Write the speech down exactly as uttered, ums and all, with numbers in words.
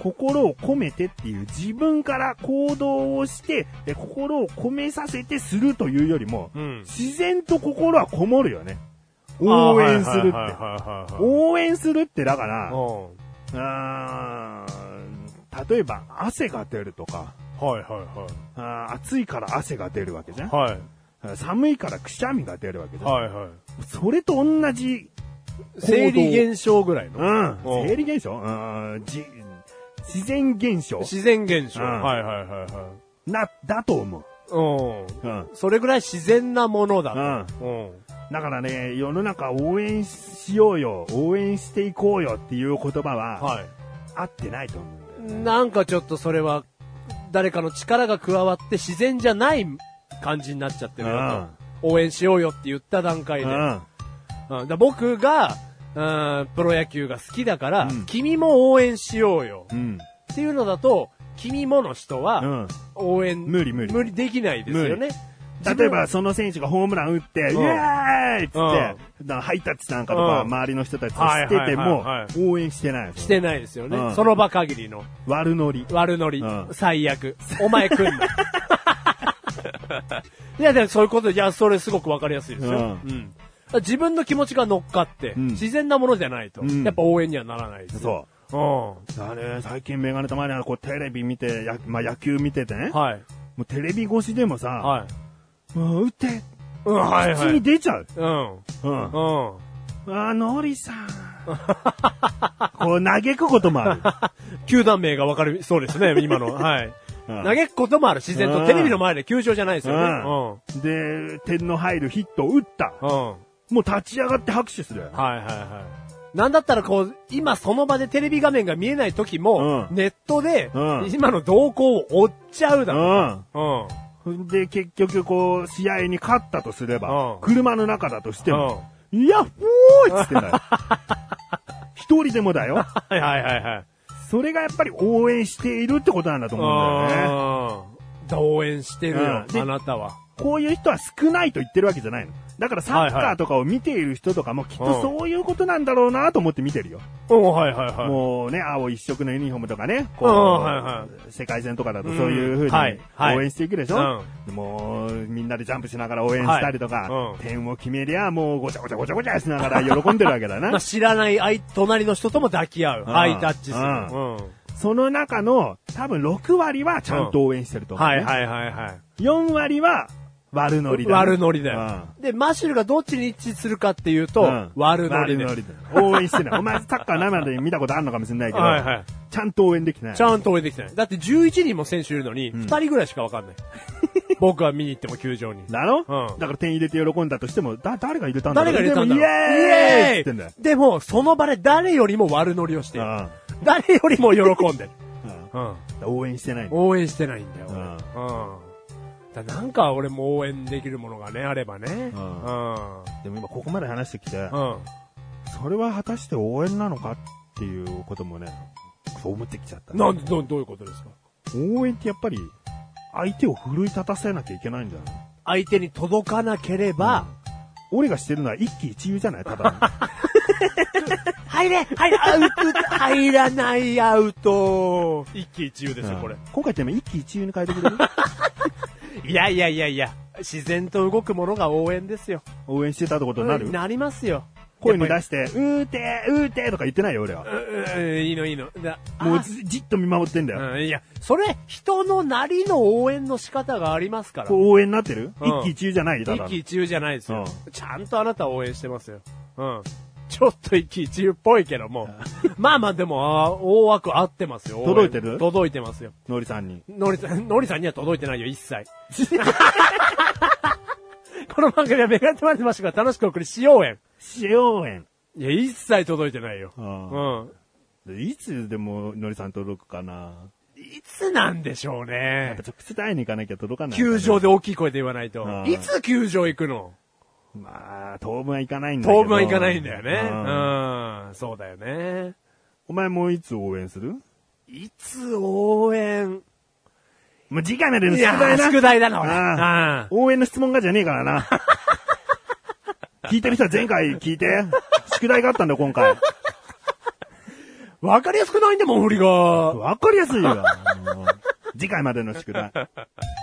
心を込めてっていう自分から行動をして、心を込めさせてするというよりも、うん、自然と心はこもるよね。応援するって。応援するってだから、あ例えば汗が出るとか、 はいはいはい、 あ暑いから汗が出るわけじゃん。 はい、 寒いからくしゃみが出るわけじゃん。 はいはい、 それと同じ生理現象ぐらいの。 うん。生理現象、うん、じ自然現象。 自然現象。うん、はいはいはいはい。 な、だと思う。うん。うん。それぐらい自然なものだと。うん。うん。 だからね、世の中応援しようよ、応援していこうよっていう言葉は、はい。合ってないと思うんだよね。 なんかちょっとそれは、誰かの力が加わって自然じゃない感じになっちゃってるよと。うん、応援しようよって言った段階で。うんうん、だ僕が、うん、プロ野球が好きだから、うん、君も応援しようよ、うん、っていうのだと、君もの人は、応援、うん、 無理無理。 無理できないですよね。 例えば、その選手がホームラン打って、うん、イエーイっつって、うん、ハイタッチなんかとか、周りの人たちしてても、応援してない。 してないですよね。うん、その場限りの。 悪ノリ。 悪ノリ。うん、最悪。お前来んな。いや、でもそういうこと、いや、それすごくわかりやすいですよ。うんうん自分の気持ちが乗っかって、うん、自然なものじゃないと、うん、やっぱ応援にはならないですよ。 そう。うん。だね、最近メガネたまにはこうテレビ見て、やまあ、野球見ててね。はい。もうテレビ越しでもさ、はい。もう打って、うん、はいはい。口に出ちゃう。うん。うん。うん。あ、ノリさん。こう嘆くこともある。 球団名がわかる、そうですね、今の。はい。嘆くこともある、自然と。テレビの前で球場じゃないですよね。 うん。で、点の入るヒットを打った。うん。もう立ち上がって拍手する。 はいはいはい。なんだったらこう、今その場でテレビ画面が見えない時も、うん、ネットで、今の動向を追っちゃうだろう。 うん。うん。で、結局こう、試合に勝ったとすれば、うん、車の中だとしても、うん、いや、ふーいっつってんだよ。一人でもだよ。 はいはいはいはい。 それがやっぱり応援しているってことなんだと思うんだよね。応援してるよ、うん、あなたは。 こういう人は少ないと言ってるわけじゃないの。だからサッカーとかを見ている人とかもきっとそういうことなんだろうなと思って見てるよ。 うん、はいはいはい。 もうね、青一色のユニフォームとかね、こう、はいはい、世界戦とかだとそういう風に応援していくでしょ、うん、もうみんなでジャンプしながら応援したりとか、はいうん、点を決めりゃもうごちゃごちゃごちゃごちゃしながら喜んでるわけだな。 まあ知らない相、隣の人とも抱き合う。ハイタッチする。うんうんその中の多分ろく割はちゃんと応援してると思う、ねうん。はいはいはいはい。 よん割は悪ノリだ、 ね。悪ノリだよ、うん。で、マシュルがどっちに位置するかっていうと、うん、悪ノリだよ。悪ノリだよ。 応援してない。お前サッカー生で見たことあるのかもしれないけど、はいはい、ちゃんと応援できてない。 ちゃんと応援できてない。だってじゅういちにんも選手いるのに、ふたりぐらいしかわかんない。うん、僕は見に行っても球場に。 だろ、うん、だから点入れて喜んだとしても、だ、誰が入れたんだろう誰が入れたんだろうイエーイってんだよ。でも、その場で誰よりも悪ノリをしてる。うん、誰よりも喜んでる。 うん、応援してない応援してないんだよ。うん。うん、だなんか俺も応援できるものがね、あればね。うん。うん、 でも今ここまで話してきて、うん、それは果たして応援なのかっていうこともね、そう思ってきちゃった、ね。 なんで、ど、どういうことですか？ 応援ってやっぱり相手を奮い立たせなきゃいけないんじゃない？ 相手に届かなければ、 うん、俺がしてるのは一喜一憂じゃないただ入れ入れアウト入らないアウト一喜一憂ですよ、うん、これ。 今回って一喜一憂に変えてくれるいやいやいやいや、自然と動くものが応援ですよ。 応援してたってことになる？ なりますよ。 声に出して、うーてー、うーてーとか言ってないよ、俺は。 うういいのいいの。だもうじっと見守ってんだよ。 うん、いや、それ、人のなりの応援の仕方がありますから。 応援になってる、うん、一喜一憂じゃないだ一喜一憂じゃないですよ、うん。ちゃんとあなたを応援してますよ。うん。ちょっと一喜一憂っぽいけども。まあまあでも、あ大枠合ってますよ。 届いてる？ 届いてますよ。 のりさんに。 のりさん、のりさんには届いてないよ、一切。この番組はメガネとマシュが楽しく送り、使用園。 使用園。 いや、一切届いてないよ。 うん。いつでものりさん届くかな。 いつなんでしょうね。 やっぱ直接会いに行かなきゃ届かない、ね。 球場で大きい声で言わないと。いつ球場行くの？ まあ、当分は行かないんだけど。 当分は行かないんだよね。うん。うん、そうだよね。 お前もういつ応援する？ いつ応援。 もう次回までの宿題な。 宿題だな、俺。 ああ応援の質問がじゃねえからな。聞いてる人は前回聞いて。宿題があったんだよ、今回。 わかりやすくないんだもん、振りが。 わかりやすいわ。次回までの宿題。